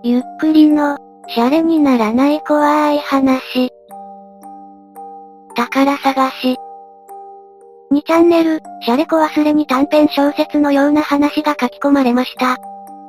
ゆっくりの、シャレにならない怖い話。宝探し。2チャンネル、シャレコ忘れに短編小説のような話が書き込まれました。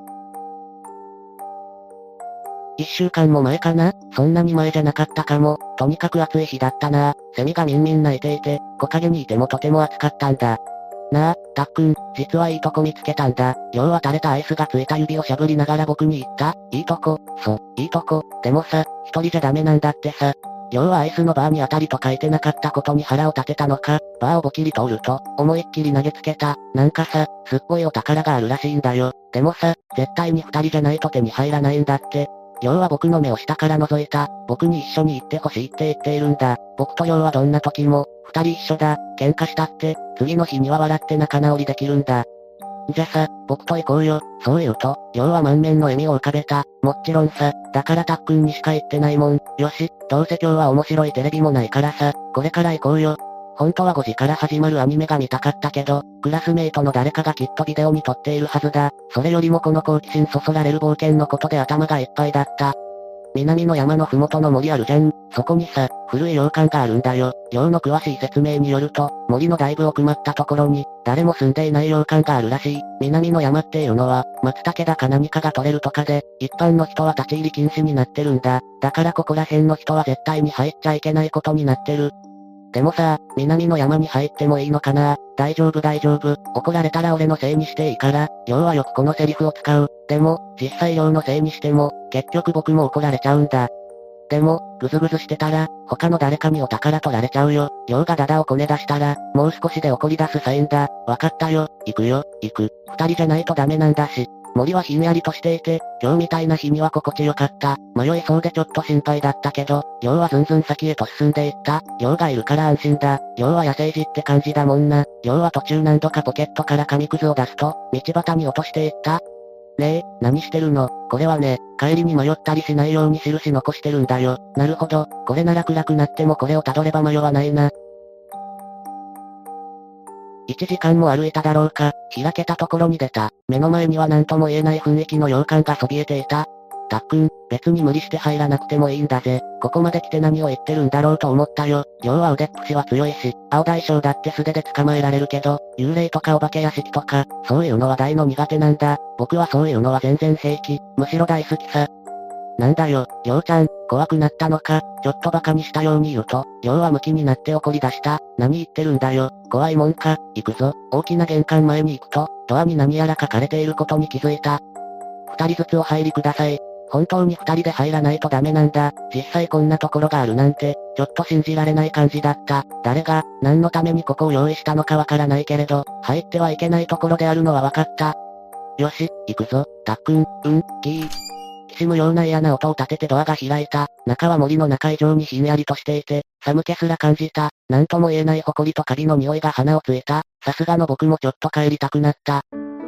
1週間も前かな？そんなに前じゃなかったかも。とにかく暑い日だったな。セミがみんみん鳴いていて、木陰にいてもとても暑かったんだ。なあ、たっくん、実はいいとこ見つけたんだ。要は垂れたアイスがついた指をしゃぶりながら僕に言った。いいとこ、いいとこ。でもさ、一人じゃダメなんだってさ。要はアイスのバーに当たりと書いてなかったことに腹を立てたのか、バーをぼきり通ると、思いっきり投げつけた。なんかさ、すっごいお宝があるらしいんだよ。でもさ、絶対に二人じゃないと手に入らないんだって。要は僕の目を下から覗いた。僕に一緒に行ってほしいって言っているんだ。僕と要はどんな時も、二人一緒だ。喧嘩したって、次の日には笑って仲直りできるんだ。じゃさ、僕と行こうよ。そう言うと、要は満面の笑みを浮かべた。もちろんさ、だからたっくんにしか言ってないもん。よし、どうせ今日は面白いテレビもないからさ、これから行こうよ。本当は5時から始まるアニメが見たかったけど、クラスメイトの誰かがきっとビデオに撮っているはずだ。それよりもこの好奇心そそられる冒険のことで頭がいっぱいだった。南の山のふもとの森あるじゃん。そこにさ、古い洋館があるんだよ。洋の詳しい説明によると、森のだいぶ奥まったところに、誰も住んでいない洋館があるらしい。南の山っていうのは、松茸だか何かが取れるとかで、一般の人は立ち入り禁止になってるんだ。だからここら辺の人は絶対に入っちゃいけないことになってる。でもさ、南の山に入ってもいいのかな？大丈夫大丈夫。怒られたら俺のせいにしていいから、要はよくこのセリフを使う。でも、実際要のせいにしても、結局僕も怒られちゃうんだ。でも、ぐずぐずしてたら、他の誰かにお宝取られちゃうよ。要がダダをこね出したら、もう少しで怒り出すサインだ。わかったよ。行くよ、行く。二人じゃないとダメなんだし。森はひんやりとしていて、今日みたいな日には心地よかった。迷いそうでちょっと心配だったけど、要はずんずん先へと進んでいった。要がいるから安心だ。要は野生児って感じだもんな。要は途中何度かポケットから紙くずを出すと、道端に落としていった。ねえ、何してるの？これはね、帰りに迷ったりしないように印残してるんだよ。なるほど、これなら暗くなってもこれを辿れば迷わないな。1時間も歩いただろうか、開けたところに出た。目の前には何とも言えない雰囲気の洋館がそびえていた。たっくん、別に無理して入らなくてもいいんだぜ。ここまで来て何を言ってるんだろうと思ったよ。要は腕っぷしは強いし、青大将だって素手で捕まえられるけど、幽霊とかお化け屋敷とか、そういうのは大の苦手なんだ。僕はそういうのは全然平気、むしろ大好きさ。なんだよ、りょうちゃん、怖くなったのか、ちょっとバカにしたように言うと、りょうはムキになって怒り出した。何言ってるんだよ、怖いもんか、行くぞ。大きな玄関前に行くと、ドアに何やら書かれていることに気づいた。二人ずつお入りください。本当に二人で入らないとダメなんだ。実際こんなところがあるなんて、ちょっと信じられない感じだった。誰が、何のためにここを用意したのかわからないけれど、入ってはいけないところであるのはわかった。よし、行くぞ、たっくん、キー。きしむような嫌な音を立ててドアが開いた。中は森の中以上にひんやりとしていて、寒気すら感じた。なんとも言えない埃とカビの匂いが鼻をついた。さすがの僕もちょっと帰りたくなった。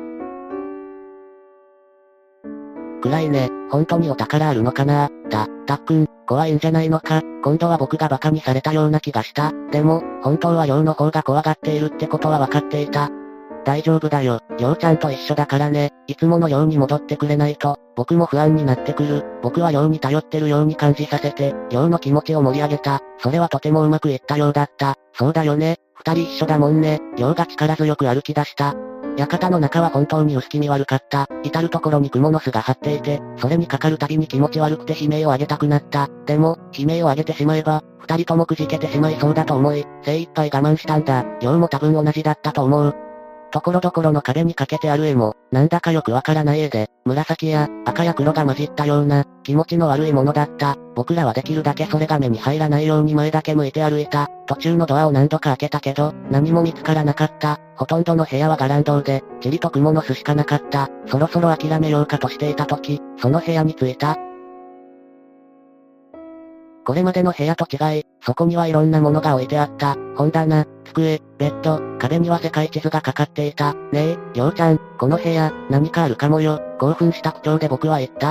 暗いね。本当にお宝あるのかな？たっくん、怖いんじゃないのか？今度は僕がバカにされたような気がした。でも、本当はりょうの方が怖がっているってことは分かっていた。大丈夫だよ。りょうちゃんと一緒だからね。いつものように戻ってくれないと、僕も不安になってくる。僕はりょうに頼ってるように感じさせて、りょうの気持ちを盛り上げた。それはとてもうまくいったようだった。そうだよね。二人一緒だもんね。りょうが力強く歩き出した。館の中は本当に薄気味悪かった。至るところに蜘蛛の巣が張っていて、それにかかるたびに気持ち悪くて悲鳴を上げたくなった。でも、悲鳴を上げてしまえば、二人ともくじけてしまいそうだと思い、精一杯我慢したんだ。りょうも多分同じだったと思う。ところどころの壁にかけてある絵も、なんだかよくわからない絵で、紫や赤や黒が混じったような、気持ちの悪いものだった。僕らはできるだけそれが目に入らないように前だけ向いて歩いた。途中のドアを何度か開けたけど、何も見つからなかった。ほとんどの部屋は伽藍洞で、塵と蜘蛛の巣しかなかった。そろそろ諦めようかとしていた時、その部屋に着いた。これまでの部屋と違い、そこにはいろんなものが置いてあった。本棚、机、ベッド、壁には世界地図がかかっていた。ねえ、りょうちゃん、この部屋、何かあるかもよ。興奮した口調で僕は言った。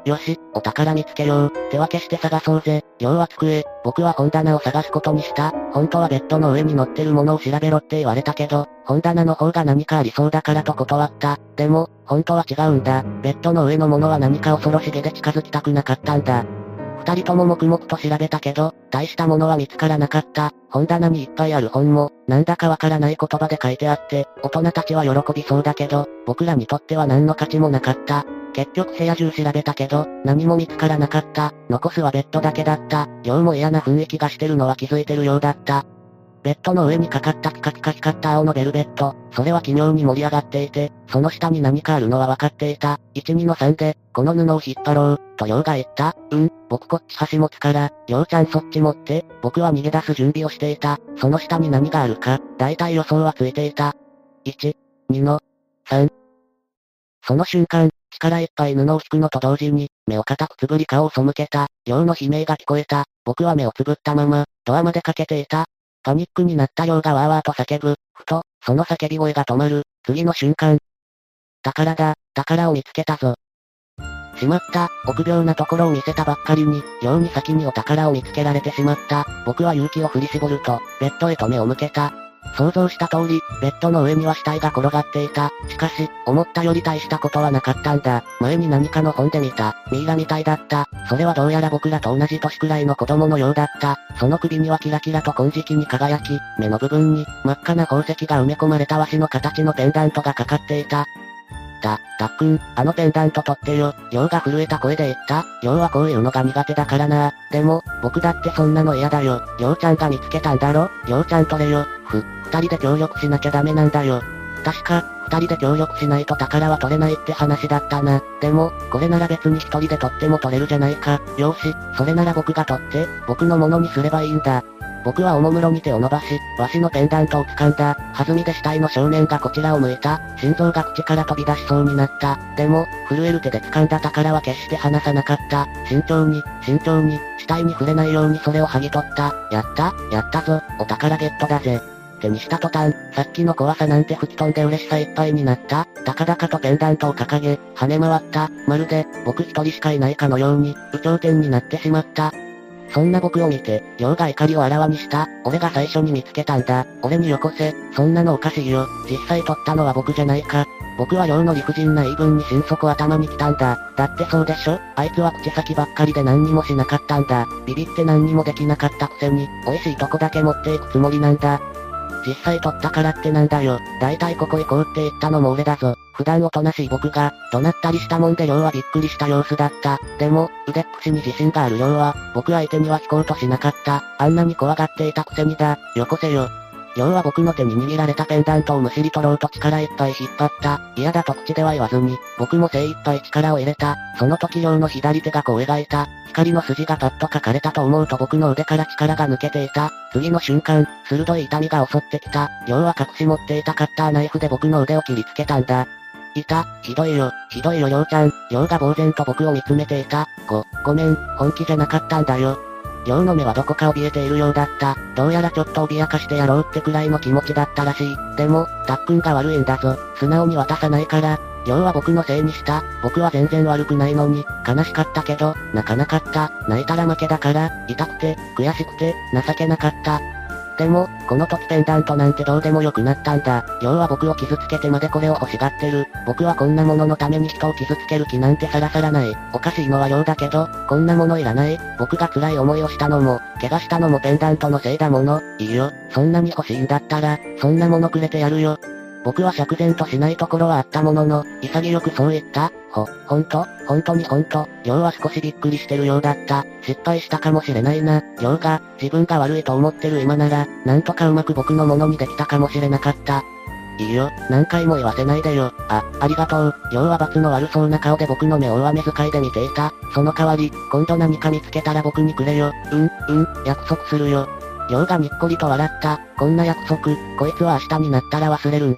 よし、お宝見つけよう。手分けして探そうぜ。要は机。僕は本棚を探すことにした。本当はベッドの上に乗ってるものを調べろって言われたけど、本棚の方が何かありそうだからと断った。でも、本当は違うんだ。ベッドの上のものは何か恐ろしげで近づきたくなかったんだ。二人とも黙々と調べたけど、大したものは見つからなかった。本棚にいっぱいある本も、なんだかわからない言葉で書いてあって、大人たちは喜びそうだけど、僕らにとっては何の価値もなかった。結局部屋中調べたけど、何も見つからなかった。残すはベッドだけだった。妙も嫌な雰囲気がしてるのは気づいてるようだった。ベッドの上にかかったピカピカ光った青のベルベット。それは奇妙に盛り上がっていて、その下に何かあるのは分かっていた。1、2の3で、この布を引っ張ろう、と亮が言った。僕こっち端持つから、亮ちゃんそっち持って。僕は逃げ出す準備をしていた。その下に何があるか、大体予想はついていた。1、2の、3。その瞬間、力いっぱい布を引くのと同時に、目を固くつぶり顔を背けた。亮の悲鳴が聞こえた。僕は目をつぶったまま、ドアまでかけていた。パニックになった亮がわーわーと叫ぶ。ふと、その叫び声が止まる。次の瞬間。宝だ、宝を見つけたぞ。しまった、臆病なところを見せたばっかりに、亮に先にお宝を見つけられてしまった。僕は勇気を振り絞ると、ベッドへと目を向けた。想像した通り、ベッドの上には死体が転がっていた。しかし、思ったより大したことはなかったんだ。前に何かの本で見た、ミイラみたいだった。それはどうやら僕らと同じ年くらいの子供のようだった。その首にはキラキラと金色に輝き、目の部分に、真っ赤な宝石が埋め込まれた和紙の形のペンダントがかかっていた。たっくん、あのペンダント取ってよ。亮が震えた声で言った。亮はこういうのが苦手だからな。でも、僕だってそんなの嫌だよ。亮ちゃんが見つけたんだろ。亮ちゃん取れよ。二人で協力しなきゃダメなんだよ。確か、二人で協力しないと宝は取れないって話だったな。でも、これなら別に一人で取っても取れるじゃないか。よし、それなら僕が取って、僕のものにすればいいんだ。僕はおもむろに手を伸ばし、和紙のペンダントを掴んだ。弾みで死体の正面がこちらを向いた。心臓が口から飛び出しそうになった。でも、震える手で掴んだ宝は決して離さなかった。慎重に、死体に触れないようにそれを剥ぎ取った。やったぞ、お宝ゲットだぜ。手にした途端、さっきの怖さなんて吹き飛んで嬉しさいっぱいになった。高々とペンダントを掲げ、跳ね回った。まるで、僕一人しかいないかのように、有頂天になってしまった。そんな僕を見て、亮が怒りをあらわにした。俺が最初に見つけたんだ。俺によこせ。そんなのおかしいよ。実際取ったのは僕じゃないか。僕は亮の理不尽な言い分に心底頭に来たんだ。だってそうでしょ？あいつは口先ばっかりで何にもしなかったんだ。ビビって何にもできなかったくせに、美味しいとこだけ持っていくつもりなんだ。実際取ったからってなんだよ。だいたいここ行こうって言ったのも俺だぞ。普段おとなしい僕が、怒鳴ったりしたもんで亮はびっくりした様子だった。でも、腕っぷしに自信がある亮は、僕相手には引こうとしなかった。あんなに怖がっていたくせにだ。よこせよ。亮は僕の手に握られたペンダントをむしり取ろうと力いっぱい引っ張った。嫌だと口では言わずに、僕も精一杯力を入れた。その時亮の左手がこう描いた。光の筋がパッと描かれたと思うと僕の腕から力が抜けていた。次の瞬間、鋭い痛みが襲ってきた。亮は隠し持っていたカッターナイフで僕の腕を切りつけたんだ。ひどいよ、亮ちゃん。亮が呆然と僕を見つめていた。ごめん、本気じゃなかったんだよ。亮の目はどこか怯えているようだった。どうやらちょっと脅かしてやろうってくらいの気持ちだったらしい。でも、たっくんが悪いんだぞ。素直に渡さないから。亮は僕のせいにした。僕は全然悪くないのに、悲しかったけど、泣かなかった。泣いたら負けだから、痛くて、悔しくて、情けなかった。でも、この時ペンダントなんてどうでもよくなったんだ。亮は僕を傷つけてまでこれを欲しがってる。僕はこんなもののために人を傷つける気なんてさらさらない。おかしいのは亮だけど、こんなものいらない。僕が辛い思いをしたのも、怪我したのもペンダントのせいだもの。いいよ、そんなに欲しいんだったら、そんなものくれてやるよ。僕は釈然としないところはあったものの、潔くそう言った。本当に亮は少しびっくりしてるようだった。失敗したかもしれないな。亮が、自分が悪いと思ってる今なら、なんとかうまく僕のものにできたかもしれなかった。いいよ、何回も言わせないでよ。ありがとう。亮は罰の悪そうな顔で僕の目を上目遣いで見ていた。その代わり、今度何か見つけたら僕にくれよ。約束するよ。亮がにっこりと笑った。こんな約束、こいつは明日になったら忘れるんだ。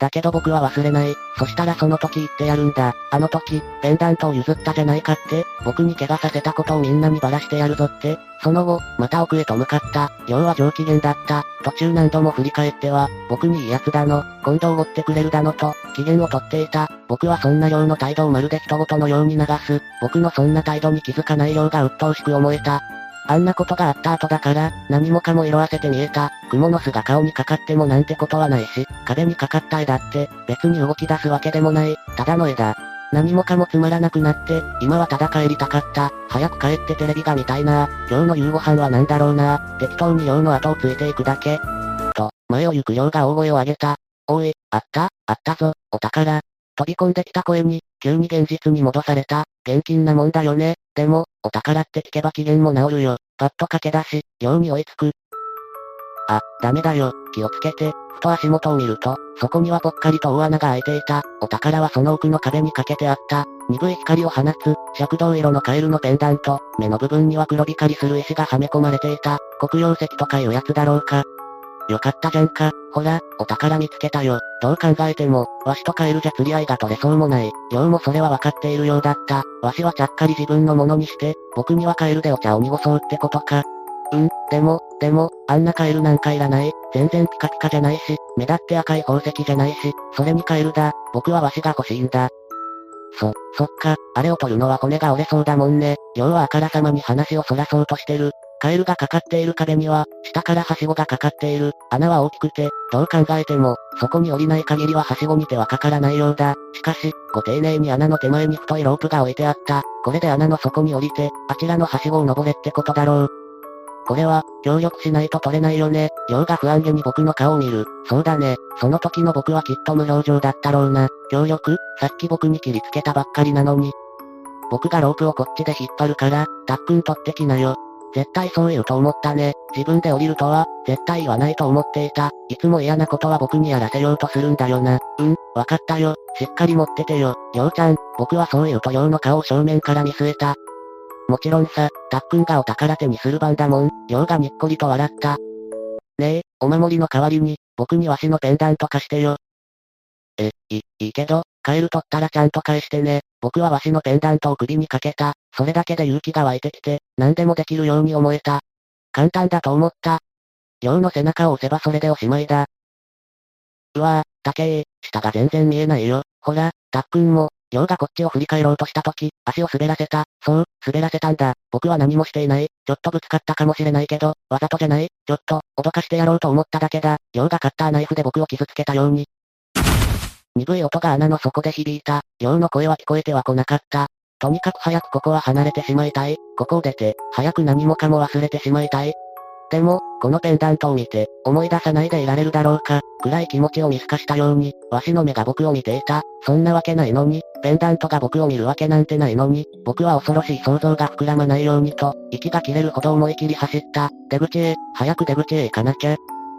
だけど僕は忘れない。そしたらその時言ってやるんだ。あの時、ペンダントを譲ったじゃないかって、僕に怪我させたことをみんなにバラしてやるぞって。その後、また奥へと向かった。要は上機嫌だった。途中何度も振り返っては、僕にいいやつだの、今度おごってくれるだのと、機嫌をとっていた。僕はそんな量の態度をまるで人事のように流す。僕のそんな態度に気づかない量が鬱陶しく思えた。あんなことがあった後だから、何もかも色あせて見えた。蜘蛛の巣が顔にかかってもなんてことはないし、壁にかかった絵だって、別に動き出すわけでもない、ただの絵だ。何もかもつまらなくなって、今はただ帰りたかった。早く帰ってテレビが見たいな。今日の夕ご飯は何だろうな。適当に陽の後をついていくだけ。と、前を行く陽が大声を上げた。おい、あったぞ、お宝。飛び込んできた声に、急に現実に戻された。現金なもんだよね。でも、お宝って聞けば機嫌も治るよ。パッと駆け出し、陽に追いつく。あ、ダメだよ、気をつけて。ふと足元を見ると、そこにはぽっかりと大穴が開いていた。お宝はその奥の壁にかけてあった。鈍い光を放つ、赤銅色のカエルのペンダント。目の部分には黒光りする石がはめ込まれていた。黒曜石とかいうやつだろうか。よかったじゃんか。ほら、お宝見つけたよ。どう考えても、わしとカエルじゃ釣り合いが取れそうもない。陽もそれは分かっているようだった。わしはちゃっかり自分のものにして、僕にはカエルでお茶を濁そうってことか。でも、あんなカエルなんかいらない。全然ピカピカじゃないし、目立って赤い宝石じゃないし、それにカエルだ。僕はわしが欲しいんだ。そっか、あれを取るのは骨が折れそうだもんね。陽はあからさまに話をそらそうとしてる。カエルがかかっている壁には、下からはしごがかかっている。穴は大きくて、どう考えても、そこに降りない限りははしごに手はかからないようだ。しかし、ご丁寧に穴の手前に太いロープが置いてあった。これで穴の底に降りて、あちらのはしごを登れってことだろう。これは、協力しないと取れないよね。陽が不安げに僕の顔を見る。そうだね。その時の僕はきっと無表情だったろうな。協力？さっき僕に切りつけたばっかりなのに。僕がロープをこっちで引っ張るから、たっくん取ってきなよ。絶対そう言うと思ったね。自分で降りるとは、絶対言わないと思っていた。いつも嫌なことは僕にやらせようとするんだよな。わかったよ。しっかり持っててよ。陽ちゃん、僕はそう言うと陽の顔を正面から見据えた。もちろんさ、たっくんがお宝手にする番だもん。陽がにっこりと笑った。ねえ、お守りの代わりに、僕にわしのペンダント貸してよ。いいけど、カエル取ったらちゃんと返してね。僕はわしのペンダントを首にかけた。それだけで勇気が湧いてきて、何でもできるように思えた。簡単だと思った。陽の背中を押せばそれでおしまいだ。うわぁ、たけ下が全然見えないよ。ほら、たっくんも、陽がこっちを振り返ろうとした時、足を滑らせた。そう、滑らせたんだ。僕は何もしていない。ちょっとぶつかったかもしれないけど、わざとじゃない。ちょっと、脅かしてやろうと思っただけだ。陽がカッターナイフで僕を傷つけたように。鈍い音が穴の底で響いた。陽の声は聞こえては来なかった。とにかく早くここは離れてしまいたい。ここを出て、早く何もかも忘れてしまいたい。でも、このペンダントを見て、思い出さないでいられるだろうか。暗い気持ちを見透かしたように、わしの目が僕を見ていた。そんなわけないのに、ペンダントが僕を見るわけなんてないのに、僕は恐ろしい想像が膨らまないようにと、息が切れるほど思い切り走った。出口へ、早く出口へ行かなきゃ。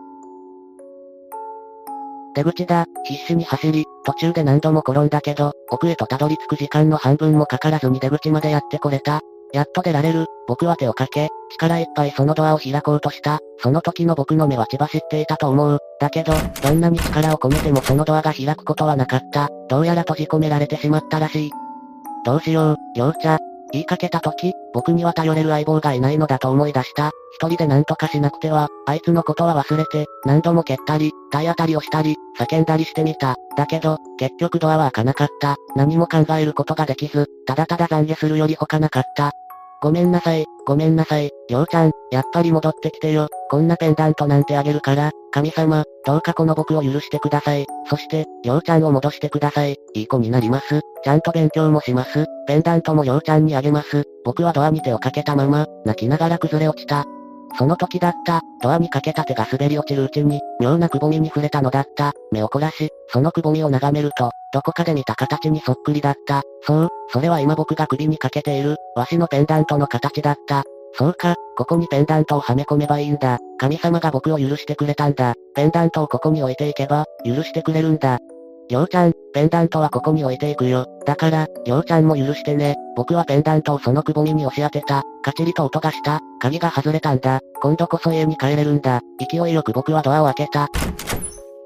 出口だ、必死に走り、途中で何度も転んだけど、奥へとたどり着く時間の半分もかからずに出口までやってこれた。やっと出られる。僕は手をかけ、力いっぱいそのドアを開こうとした。その時の僕の目は血走っていたと思う。だけど、どんなに力を込めてもそのドアが開くことはなかった。どうやら閉じ込められてしまったらしい。どうしよう、陽茶。言いかけた時、僕には頼れる相棒がいないのだと思い出した。一人で何とかしなくては、あいつのことは忘れて、何度も蹴ったり、体当たりをしたり、叫んだりしてみた。だけど、結局ドアは開かなかった。何も考えることができず、ただただ懺悔するより他なかった。ごめんなさい、陽ちゃん、やっぱり戻ってきてよ。こんなペンダントなんてあげるから、神様、どうかこの僕を許してください。そして、陽ちゃんを戻してください。いい子になります。ちゃんと勉強もします。ペンダントも陽ちゃんにあげます。僕はドアに手をかけたまま、泣きながら崩れ落ちた。その時だった、ドアにかけた手が滑り落ちるうちに、妙なくぼみに触れたのだった。目を凝らし、そのくぼみを眺めると、どこかで見た形にそっくりだった。そう、それは今僕が首にかけている、わしのペンダントの形だった。そうか、ここにペンダントをはめ込めばいいんだ。神様が僕を許してくれたんだ。ペンダントをここに置いていけば、許してくれるんだ。陽ちゃん、ペンダントはここに置いていくよ。だから、陽ちゃんも許してね。僕はペンダントをそのくぼみに押し当てた。カチリと音がした。鍵が外れたんだ。今度こそ家に帰れるんだ。勢いよく僕はドアを開けた。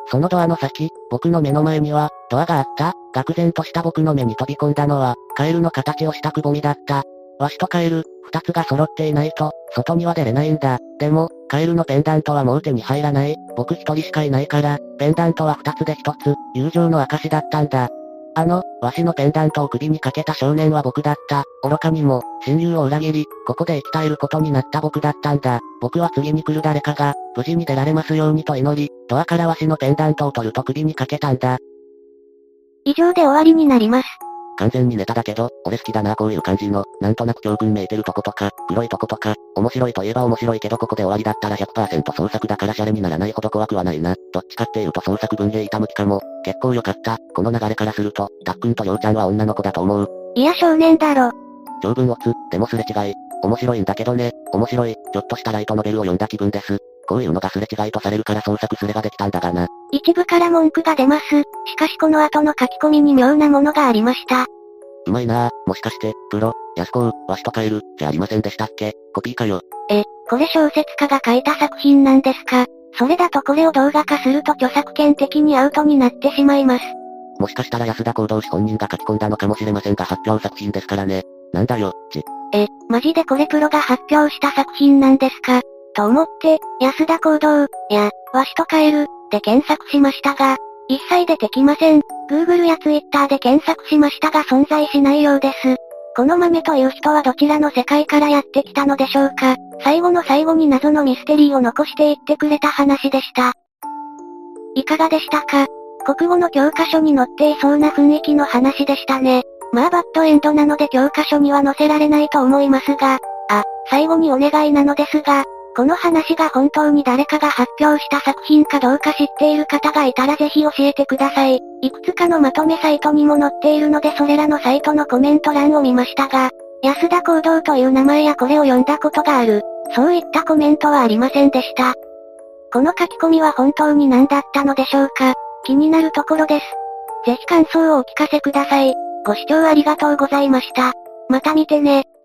そのドアの先、僕の目の前には、ドアがあった。愕然とした僕の目に飛び込んだのは、カエルの形をしたくぼみだった。ワシとカエル、二つが揃っていないと、外には出れないんだ。でも、カエルのペンダントはもう手に入らない。僕一人しかいないから、ペンダントは二つで一つ、友情の証だったんだ。ワシのペンダントを首にかけた少年は僕だった。愚かにも、親友を裏切り、ここで生き絶えることになった僕だったんだ。僕は次に来る誰かが、無事に出られますようにと祈り、ドアからワシのペンダントを取ると首にかけたんだ。 以上で終わりになります。 完全にネタだけど、俺好きだなこういう感じの、なんとなく教訓めいてるとことか、黒いとことか、面白いといえば面白いけどここで終わりだったら 100% 創作だからシャレにならないほど怖くはないな。どっちかっていうと創作文芸板向きかも。結構良かった。この流れからすると、たっくんとりょうちゃんは女の子だと思う。 いや少年だろ。 長文オツ、でもすれ違い。面白いんだけどね、面白い、ちょっとしたライトノベルを読んだ気分です。こういうのがすれ違いとされるから創作すれができたんだがな。 一部から文句が出ます。しかしこの後の書き込みに妙なものがありました。 うまいなぁ。もしかして、プロ、安子、わしとカエル、じゃありませんでしたっけ？コピーかよ。 これ小説家が書いた作品なんですか？それだとこれを動画化すると著作権的にアウトになってしまいます。 もしかしたら安田講堂氏本人が書き込んだのかもしれませんが発表作品ですからね。なんだよ、 マジでこれプロが発表した作品なんですか？と思って、安田講堂、や、わしとカエル、で検索しましたが、一切出てきません。Google や Twitter で検索しましたが存在しないようです。この豆という人はどちらの世界からやってきたのでしょうか？最後の最後に謎のミステリーを残していってくれた話でした。いかがでしたか？国語の教科書に載っていそうな雰囲気の話でしたね。まあバッドエンドなので教科書には載せられないと思いますが、最後にお願いなのですが、この話が本当に誰かが発表した作品かどうか知っている方がいたらぜひ教えてください。いくつかのまとめサイトにも載っているのでそれらのサイトのコメント欄を見ましたが、安田講堂という名前やこれを読んだことがある、そういったコメントはありませんでした。この書き込みは本当に何だったのでしょうか？気になるところです。ぜひ感想をお聞かせください。ご視聴ありがとうございました。また見てね。